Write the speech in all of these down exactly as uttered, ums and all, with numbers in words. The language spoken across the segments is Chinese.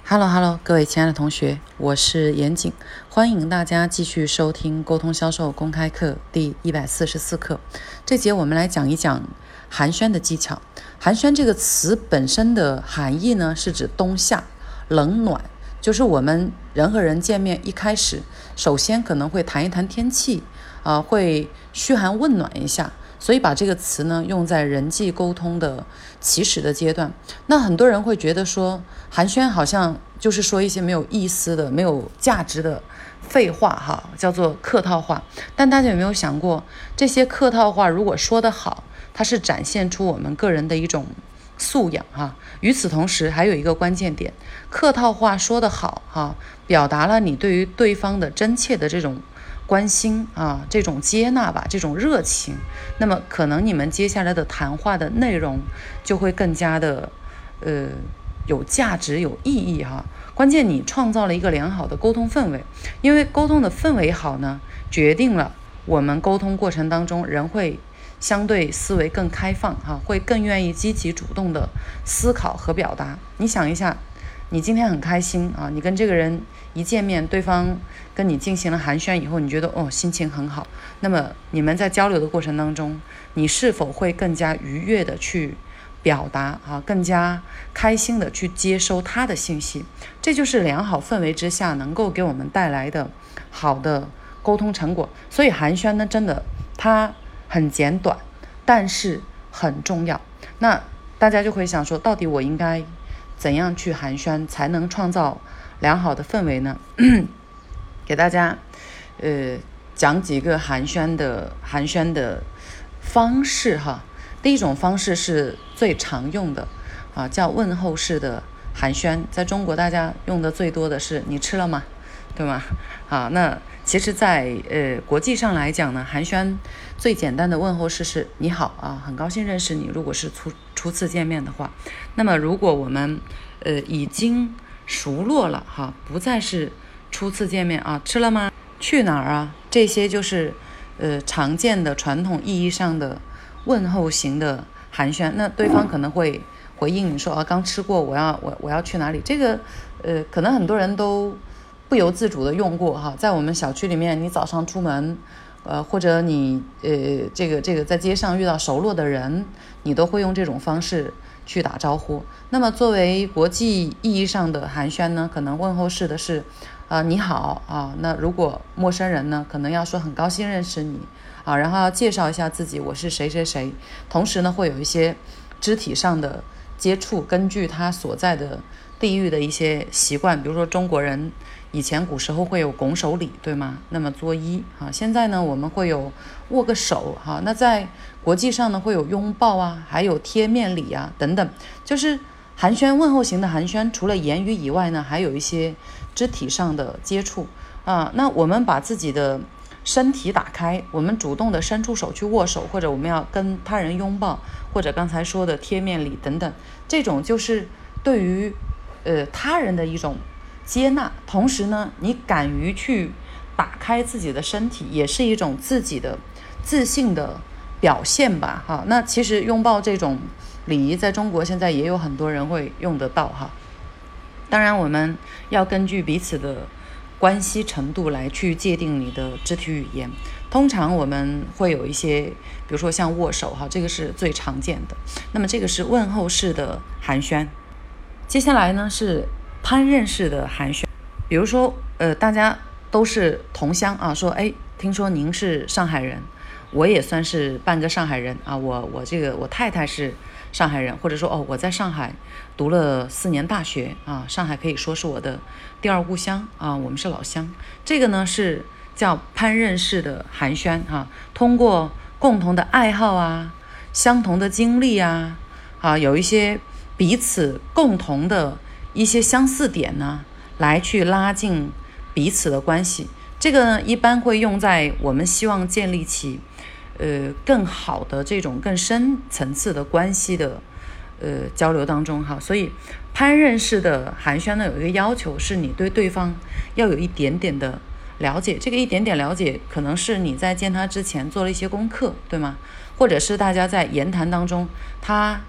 Hello Hello， 各位亲爱的同学，我是严谨，欢迎大家继续收听沟通销售公开课第一百四十四课。这节我们来讲一讲寒暄的技巧。寒暄这个词本身的含义呢，是指冬夏冷暖，就是我们人和人见面一开始，首先可能会谈一谈天气啊、呃，会嘘寒问暖一下。所以把这个词呢用在人际沟通的起始的阶段，那很多人会觉得说寒暄好像就是说一些没有意思的、没有价值的废话哈，叫做客套话。但大家有没有想过，这些客套话如果说得好，它是展现出我们个人的一种素养哈。与此同时，还有一个关键点，客套话说得好哈，表达了你对于对方的真切的这种关心啊，这种接纳吧，这种热情，那么可能你们接下来的谈话的内容就会更加的呃有价值、有意义哈。关键你创造了一个良好的沟通氛围，因为沟通的氛围好呢，决定了我们沟通过程当中人会相对思维更开放哈，会更愿意积极主动的思考和表达。你想一下，你今天很开心啊，你跟这个人一见面，对方跟你进行了寒暄以后，你觉得哦心情很好，那么你们在交流的过程当中，你是否会更加愉悦的去表达啊，更加开心的去接收他的信息？这就是良好氛围之下能够给我们带来的好的沟通成果。所以寒暄呢，真的它很简短，但是很重要。那大家就会想说，到底我应该怎样去寒暄才能创造良好的氛围呢？给大家呃讲几个寒暄的寒暄的方式哈。第一种方式是最常用的啊，叫问候式的寒暄。在中国大家用的最多的是你吃了吗？对吗？好，那其实在呃国际上来讲呢，寒暄最简单的问候式是你好啊，很高兴认识你。如果是初初次见面的话，那么如果我们呃已经熟络了哈，不再是初次见面啊，吃了吗？去哪儿啊？这些就是呃常见的传统意义上的问候型的寒暄。那对方可能会回应你说啊，刚吃过，我要我我要去哪里？这个呃可能很多人都不由自主的用过哈。在我们小区里面，你早上出门呃或者你呃这个这个在街上遇到熟络的人，你都会用这种方式去打招呼。那么作为国际意义上的寒暄呢，可能问候式的是啊、呃、你好啊。那如果陌生人呢，可能要说很高兴认识你啊，然后要介绍一下自己，我是谁谁谁。同时呢，会有一些肢体上的接触，根据他所在的地域的一些习惯，比如说中国人以前古时候会有拱手礼，对吗？那么作揖啊，现在呢我们会有握个手哈。那在国际上呢会有拥抱啊，还有贴面礼啊等等。就是寒暄问候型的寒暄，除了言语以外呢，还有一些肢体上的接触啊。那我们把自己的身体打开，我们主动的伸出手去握手，或者我们要跟他人拥抱，或者刚才说的贴面礼等等，这种就是对于呃他人的一种接纳。同时呢，你敢于去打开自己的身体，也是一种自己的自信的表现吧哈。那其实拥抱这种礼仪在中国现在也有很多人会用得到哈。当然我们要根据彼此的关系程度来去界定你的肢体语言。通常我们会有一些，比如说像握手哈，这个是最常见的。那么这个是问候式的寒暄。接下来呢是烹饪式的寒暄。比如说呃大家都是同乡啊，说哎听说您是上海人，我也算是半个上海人啊，我我这个我太太是上海人，或者说哦我在上海读了四年大学啊，上海可以说是我的第二故乡啊，我们是老乡。这个呢是叫烹饪式的寒暄啊，通过共同的爱好啊，相同的经历啊，啊有一些彼此共同的一些相似点呢，来去拉近彼此的关系。这个呢一般会用在我们希望建立起呃更好的这种更深层次的关系的呃交流当中哈。所以烹饪式的寒暄呢有一个要求，是你对对方要有一点点的了解。这个一点点了解可能是你在见他之前做了一些功课，对吗？或者是大家在言谈当中他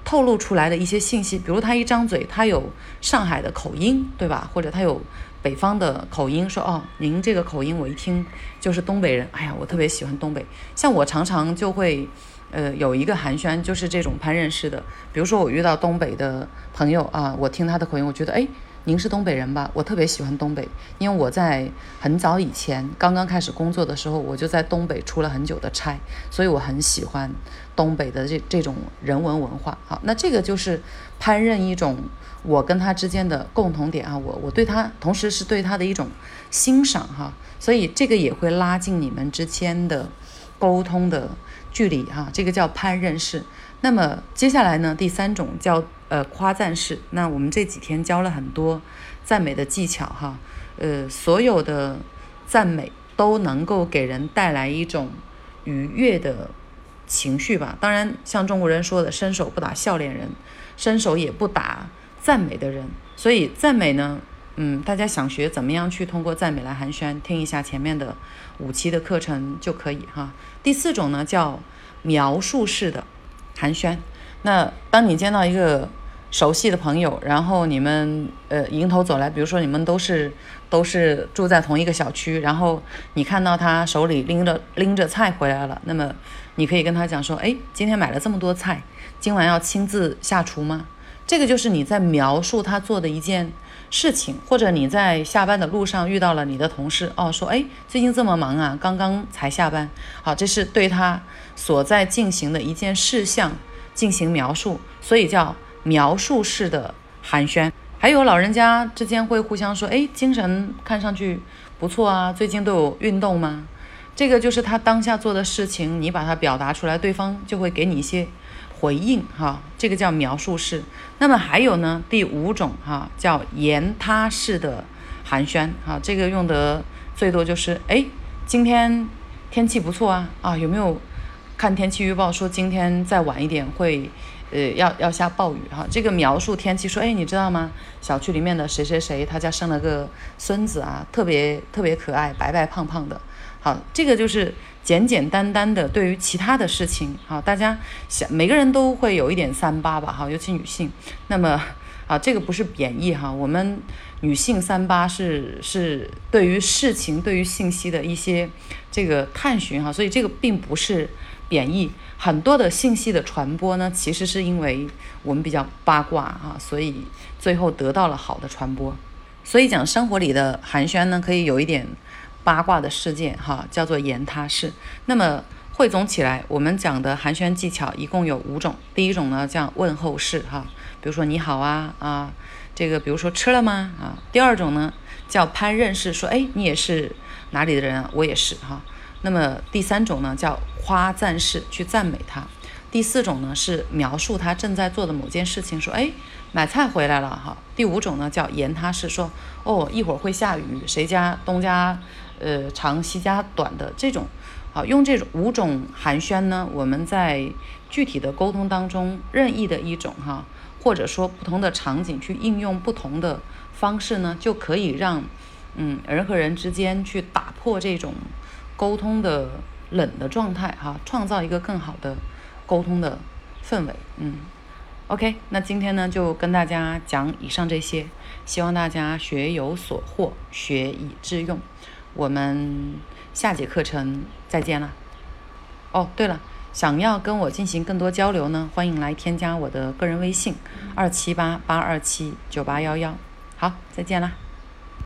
透露出来的一些信息，比如他一张嘴，他有上海的口音，对吧？或者他有北方的口音，说哦，您这个口音我一听就是东北人，哎呀，我特别喜欢东北。像我常常就会呃有一个寒暄，就是这种烹饪式的，比如说我遇到东北的朋友啊，我听他的口音，我觉得哎，您是东北人吧？我特别喜欢东北，因为我在很早以前刚刚开始工作的时候，我就在东北出了很久的差，所以我很喜欢东北的这这种人文文化。好，那这个就是烹饪一种我跟他之间的共同点啊，我我对他同时是对他的一种欣赏哈，所以这个也会拉近你们之间的沟通的距离哈，这个叫烹饪式。那么接下来呢，第三种叫呃夸赞式。那我们这几天教了很多赞美的技巧哈，呃，所有的赞美都能够给人带来一种愉悦的情绪吧。当然，像中国人说的，伸手不打笑脸人，伸手也不打赞美的人。所以赞美呢，嗯，大家想学怎么样去通过赞美来寒暄，听一下前面的五期的课程就可以哈。第四种呢叫描述式的寒暄。那当你见到一个熟悉的朋友，然后你们呃迎头走来，比如说你们都是都是住在同一个小区，然后你看到他手里拎着拎着菜回来了，那么你可以跟他讲说，哎，今天买了这么多菜，今晚要亲自下厨吗？这个就是你在描述他做的一件事情。或者你在下班的路上遇到了你的同事，哦，说哎，最近这么忙啊，刚刚才下班。好，这是对他所在进行的一件事项进行描述，所以叫描述式的寒暄。还有老人家之间会互相说，哎，精神看上去不错啊，最近都有运动吗？这个就是他当下做的事情，你把它表达出来，对方就会给你一些回应哈，这个叫描述式。那么还有呢，第五种哈，叫言他式的寒暄哈，这个用的最多就是哎，今天天气不错啊，啊有没有看天气预报说今天再晚一点会呃要要下暴雨哈？这个描述天气说，哎，你知道吗？小区里面的谁谁谁他家生了个孙子啊，特别特别可爱，白白胖胖的。好，这个就是简简单单的对于其他的事情，好，大家想每个人都会有一点三八吧，哈，尤其女性。那么啊，这个不是贬义哈，我们女性三八是是对于事情、对于信息的一些这个探寻哈，所以这个并不是贬义。很多的信息的传播呢，其实是因为我们比较八卦哈，所以最后得到了好的传播。所以讲生活里的寒暄呢，可以有一点八卦的事件哈，叫做言他式。那么汇总起来，我们讲的寒暄技巧一共有五种。第一种呢叫问候式哈，比如说你好啊啊，这个比如说吃了吗啊。第二种呢叫烹饪式，说哎你也是哪里的人啊？我也是哈。那么第三种呢叫夸赞式，去赞美他。第四种呢是描述他正在做的某件事情，说哎买菜回来了哈。第五种呢叫言他式，说哦一会儿会下雨，谁家东家呃长西家短的这种。好，用这种五种寒暄呢，我们在具体的沟通当中任意的一种哈，或者说不同的场景去应用不同的方式呢，就可以让嗯人和人之间去打破这种沟通的冷的状态哈，创造一个更好的沟通的氛围。嗯 OK， 那今天呢就跟大家讲以上这些，希望大家学有所获，学以致用。我们下节课程再见了。哦，对了，想要跟我进行更多交流呢，欢迎来添加我的个人微信二七八八二七九八幺幺。好，再见啦。